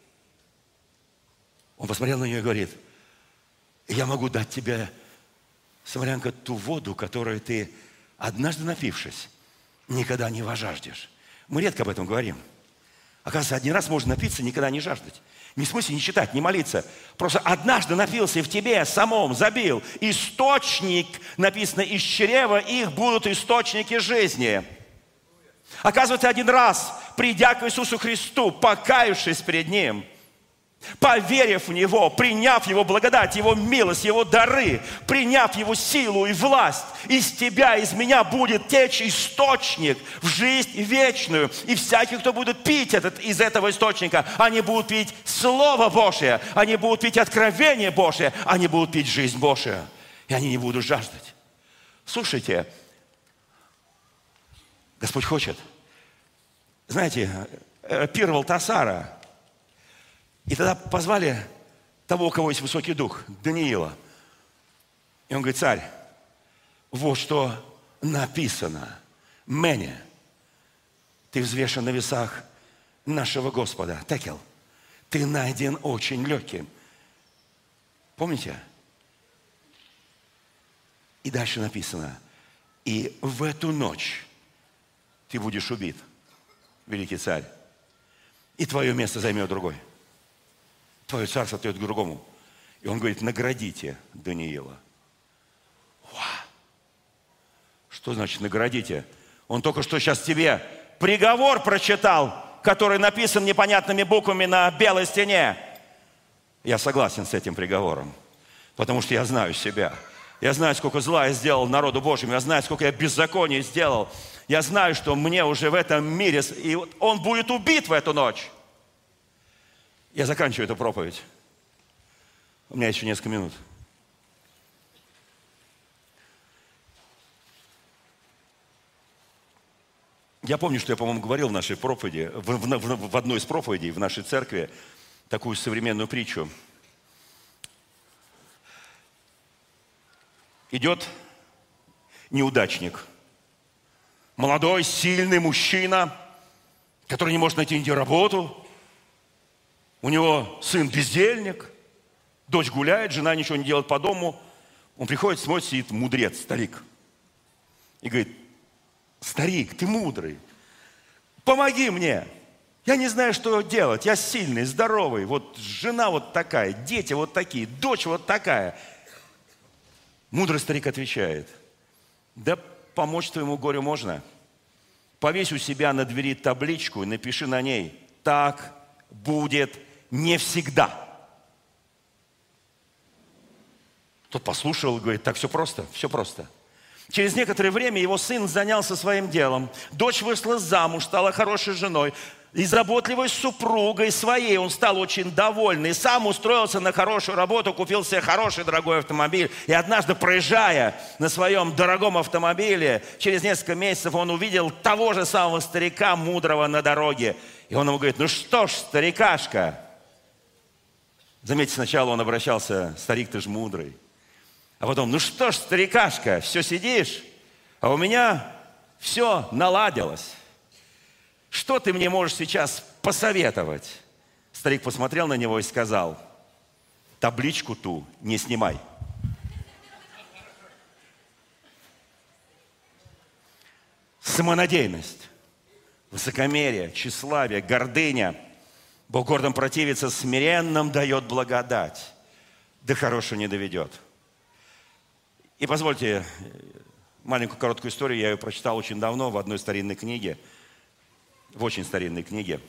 Он посмотрел на нее и говорит, я могу дать тебе, самарянка, ту воду, которую ты, однажды напившись, никогда не возжаждешь. Мы редко об этом говорим. Оказывается, один раз можно напиться и никогда не жаждать. Не в смысле не читать, не молиться. Просто однажды напился и в тебе самом забил. Источник, написано, из чрева их будут источники жизни. Оказывается, один раз, придя к Иисусу Христу, покаявшись перед Ним, поверив в Него, приняв Его благодать, Его милость, Его дары, приняв Его силу и власть, из тебя, из меня будет течь источник в жизнь вечную. И всякий, кто будет пить этот, из этого источника, они будут пить Слово Божие, они будут пить откровение Божие, они будут пить жизнь Божию. И они не будут жаждать. Слушайте, Господь хочет. Знаете, пир Валтасара. И тогда позвали того, у кого есть высокий дух, Даниила. И он говорит: царь, вот что написано. Мене, ты взвешен на весах нашего Господа. Текел, ты найден очень легким. Помните? И дальше написано: и в эту ночь ты будешь убит, великий царь, и твое место займет другой. Твое царство отойдет к другому. И он говорит: наградите Даниила. Уа! Что значит наградите? Он только что сейчас тебе приговор прочитал, который написан непонятными буквами на белой стене. Я согласен с этим приговором, потому что я знаю себя. Я знаю, сколько зла я сделал народу Божьему. Я знаю, сколько я беззакония сделал. Я знаю, что мне уже в этом мире... И он будет убит в эту ночь. Я заканчиваю эту проповедь. У меня еще несколько минут. Я помню, что я, по-моему, говорил в нашей проповеди, в, в, в, в одной из проповедей в нашей церкви, такую современную притчу. Идет неудачник. Молодой, сильный мужчина, который не может найти нигде работу. У него сын бездельник, дочь гуляет, жена ничего не делает по дому. Он приходит, смотрит, сидит мудрец, старик. И говорит: старик, ты мудрый, помоги мне. Я не знаю, что делать. Я сильный, здоровый. Вот жена вот такая, дети вот такие, дочь вот такая. Мудрый старик отвечает: да помочь твоему горю можно. Повесь у себя на двери табличку и напиши на ней: так будет не всегда. Тот послушал и говорит: так все просто, все просто. Через некоторое время его сын занялся своим делом. Дочь вышла замуж, стала хорошей женой. И заботливой супругой своей он стал очень довольный. Сам устроился на хорошую работу, купил себе хороший дорогой автомобиль. И однажды, проезжая на своем дорогом автомобиле, через несколько месяцев он увидел того же самого старика, мудрого, на дороге. И он ему говорит: ну что ж, старикашка. Заметьте, сначала он обращался: старик, ты ж мудрый. А потом: ну что ж, старикашка, все сидишь, а у меня все наладилось. Что ты мне можешь сейчас посоветовать? Старик посмотрел на него и сказал: табличку ту не снимай. Самонадеянность, высокомерие, тщеславие, гордыня. Бог гордым противится, смиренным дает благодать. До хорошего не доведет. И позвольте маленькую короткую историю. Я ее прочитал очень давно в одной старинной книге. В очень старинной книге.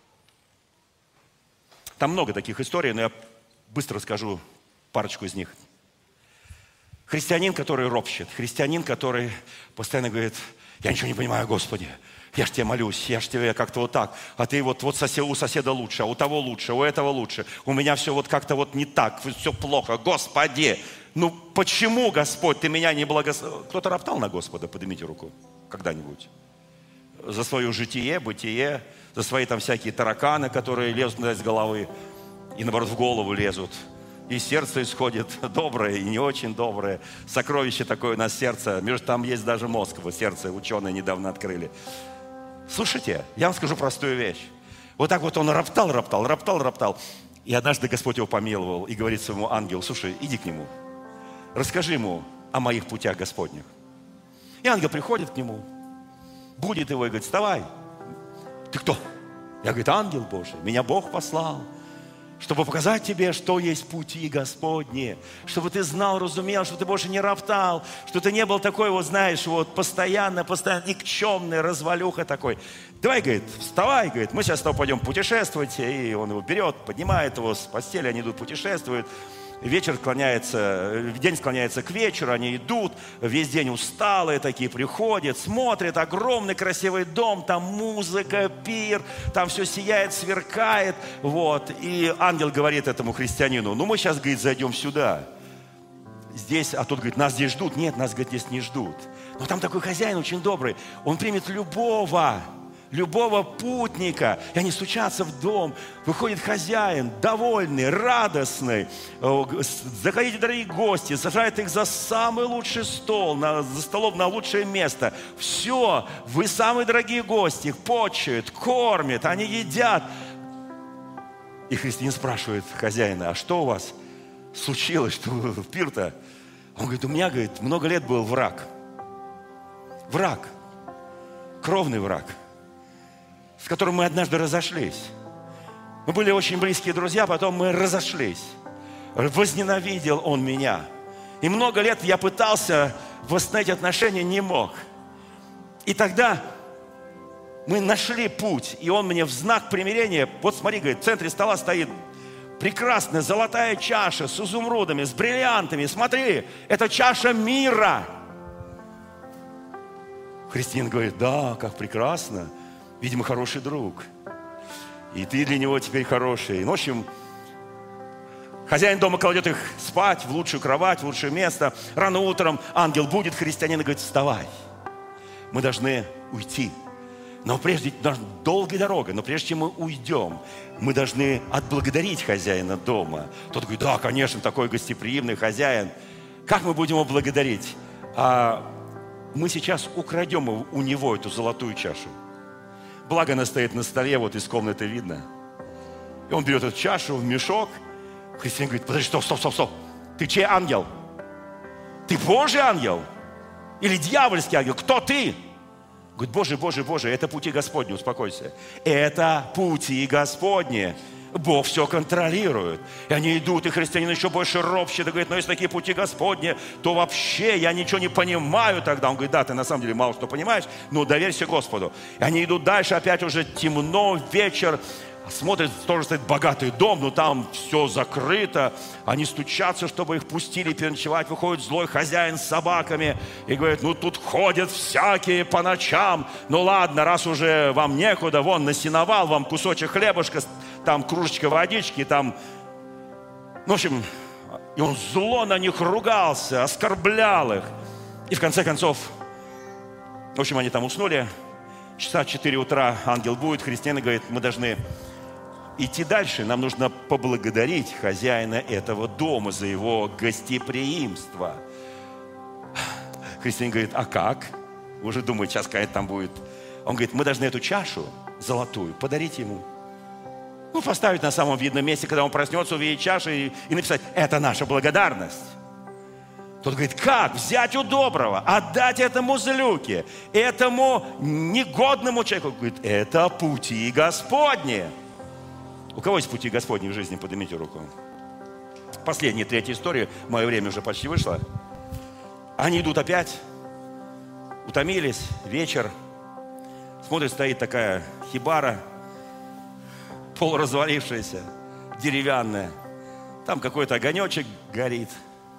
Там много таких историй, но я быстро расскажу парочку из них. Христианин, который ропщет. Христианин, который постоянно говорит: я ничего не понимаю, Господи. Я ж тебе молюсь, я ж тебе как-то вот так. А ты вот, вот сосед, у соседа лучше, а у того лучше, у этого лучше. У меня все вот как-то вот не так, все плохо. Господи, ну почему, Господь, ты меня не благословил? Кто-то роптал на Господа? Поднимите руку когда-нибудь. За свое житие, бытие, за свои там всякие тараканы, которые лезут из головы и, наоборот, в голову лезут. И сердце исходит доброе и не очень доброе. Сокровище такое у нас сердце. Между там есть даже мозг в сердце, ученые недавно открыли. Слушайте, я вам скажу простую вещь. Вот так вот он роптал, роптал, роптал, роптал. И однажды Господь его помиловал и говорит своему ангелу: слушай, иди к нему, расскажи ему о моих путях Господних. И ангел приходит к нему. будет его и говорит: вставай. Ты кто? Я, говорит, ангел Божий, меня Бог послал, чтобы показать тебе, что есть пути Господни, чтобы ты знал, разумел, чтобы ты больше не роптал, что ты не был такой, вот знаешь, вот постоянно, постоянно никчемный, развалюха такой. Давай, говорит, вставай, говорит, мы сейчас с тобой пойдем путешествовать. И он его берет, поднимает его с постели, они идут путешествуют. Вечер склоняется, день склоняется к вечеру, они идут, весь день усталые такие, приходят, смотрят, огромный красивый дом, там музыка, пир, там все сияет, сверкает, вот. И ангел говорит этому христианину: ну мы сейчас, говорит, зайдем сюда, здесь, а тот говорит: нас здесь ждут. Нет, нас, говорит, здесь не ждут. Но там такой хозяин очень добрый, он примет любого, любого путника. И они стучатся в дом. Выходит хозяин, довольный, радостный. Заходите, дорогие гости, сажает их за самый лучший стол, на, за столом на лучшее место. Все, вы самые дорогие гости. Их почуют, кормят, они едят. И христианин спрашивает хозяина: а что у вас случилось, что в пир-то? Он говорит: у меня, говорит, много лет был враг. Враг. Кровный враг, с которым мы однажды разошлись. Мы были очень близкие друзья, потом мы разошлись. Возненавидел он меня. И много лет я пытался восстановить отношения, не мог. И тогда мы нашли путь, и он мне в знак примирения, вот смотри, говорит, в центре стола стоит прекрасная золотая чаша с изумрудами, с бриллиантами. Смотри, это чаша мира. Христианин говорит: да, как прекрасно. Видимо, хороший друг. И ты для него теперь хороший. В общем, хозяин дома кладет их спать в лучшую кровать, в лучшее место. Рано утром ангел будет христианина и говорит: вставай. Мы должны уйти. Но прежде, долгая дорога, но прежде чем мы уйдем, мы должны отблагодарить хозяина дома. Тот говорит: да, конечно, такой гостеприимный хозяин. Как мы будем его благодарить? А мы сейчас украдем у него эту золотую чашу. Благо она стоит на столе, вот из комнаты видно. И он берет эту чашу в мешок. Христианин говорит: подожди, стоп, стоп, стоп, стоп. Ты чей ангел? Ты Божий ангел? Или дьявольский ангел? Кто ты? Говорит: Боже, Боже, Боже, это пути Господни, успокойся. Это пути Господни. Бог все контролирует. И они идут, и христианин еще больше ропщет, и говорит: но если такие пути Господни, то вообще я ничего не понимаю тогда. Он говорит: да, ты на самом деле мало что понимаешь, но доверься Господу. И они идут дальше, опять уже темно, вечер. Смотрят, тоже стоит богатый дом, но там все закрыто. Они стучатся, чтобы их пустили переночевать. Выходит злой хозяин с собаками и говорит: ну тут ходят всякие по ночам. Ну ладно, раз уже вам некуда, вон насеновал вам кусочек хлебушка, там кружечка водички, там... Ну, в общем, и он зло на них ругался, оскорблял их. И в конце концов, в общем, они там уснули. Часа четыре утра ангел будет, христианин говорит: мы должны идти дальше, нам нужно поблагодарить хозяина этого дома за его гостеприимство. Христианин говорит: а как? Вы уже думаете, сейчас какая-то там будет. Он говорит: мы должны эту чашу золотую подарить ему. Ну, поставить на самом видном месте, когда он проснется, увидеть чашу и, и написать: это наша благодарность. Тот говорит: как? Взять у доброго, отдать этому злюке, этому негодному человеку. Говорит: это пути Господни. У кого есть пути Господни в жизни? Поднимите руку. Последняя, третья история. Мое время уже почти вышло. Они идут опять. Утомились. Вечер. Смотрят, стоит такая хибара, полуразвалившаяся, деревянная. Там какой-то огонечек горит.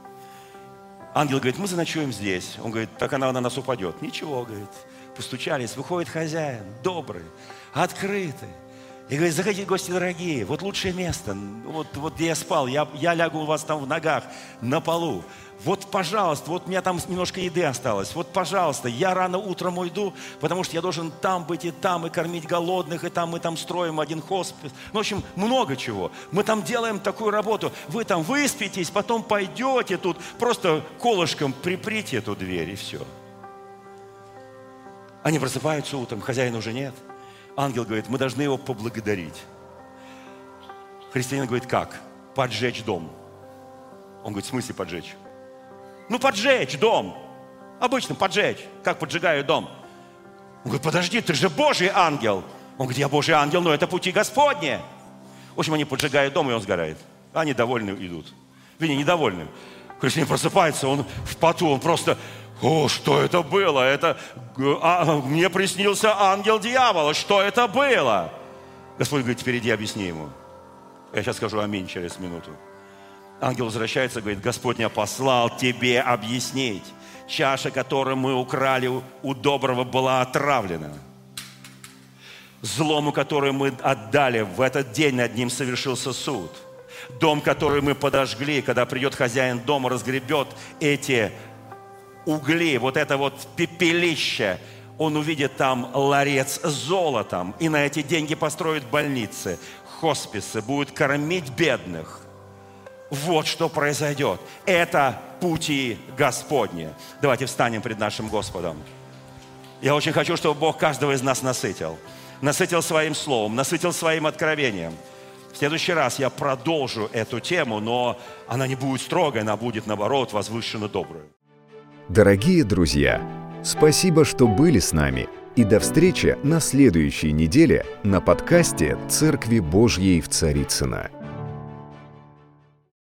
Ангел говорит: мы заночуем здесь. Он говорит: так она на нас упадет. Ничего, говорит. Постучались, выходит хозяин, добрый, открытый. И говорит: заходите, гости дорогие, вот лучшее место. Вот, вот где я спал, я, я лягу у вас там в ногах, на полу. Вот, пожалуйста, вот у меня там немножко еды осталось. Вот, пожалуйста, я рано утром уйду, потому что я должен там быть и там, и кормить голодных, и там мы там строим один хоспис. Ну, в общем, много чего. Мы там делаем такую работу. Вы там выспитесь, потом пойдете тут, просто колышком приприте эту дверь, и все. Они просыпаются утром, хозяина уже нет. Ангел говорит: мы должны его поблагодарить. Христианин говорит: как? Поджечь дом. Он говорит: в смысле поджечь? Ну, поджечь дом. Обычно поджечь. Как поджигают дом? Он говорит, подожди, ты же Божий ангел. Он говорит, я Божий ангел, но это пути Господни. В общем, они поджигают дом, и он сгорает. Они довольны идут. Вернее, недовольны. Христианин просыпается, он в поту, он просто, о, что это было? Это а, мне приснился ангел дьявола, что это было? Господь говорит, теперь иди объясни ему. Я сейчас скажу аминь через минуту. Ангел возвращается, говорит, Господь меня послал тебе объяснить. Чаша, которую мы украли у доброго, была отравлена. Злому, которое мы отдали, в этот день над ним совершился суд. Дом, который мы подожгли, когда придет хозяин дома, разгребет эти угли, вот это вот пепелище, он увидит там ларец с золотом, и на эти деньги построит больницы, хосписы, будет кормить бедных. Вот что произойдет. Это пути Господни. Давайте встанем пред нашим Господом. Я очень хочу, чтобы Бог каждого из нас насытил. Насытил своим словом, насытил своим откровением. В следующий раз я продолжу эту тему, но она не будет строгой, она будет, наоборот, возвышенно доброй. Дорогие друзья, спасибо, что были с нами. И до встречи на следующей неделе на подкасте «Церкви Божьей в Царицыно».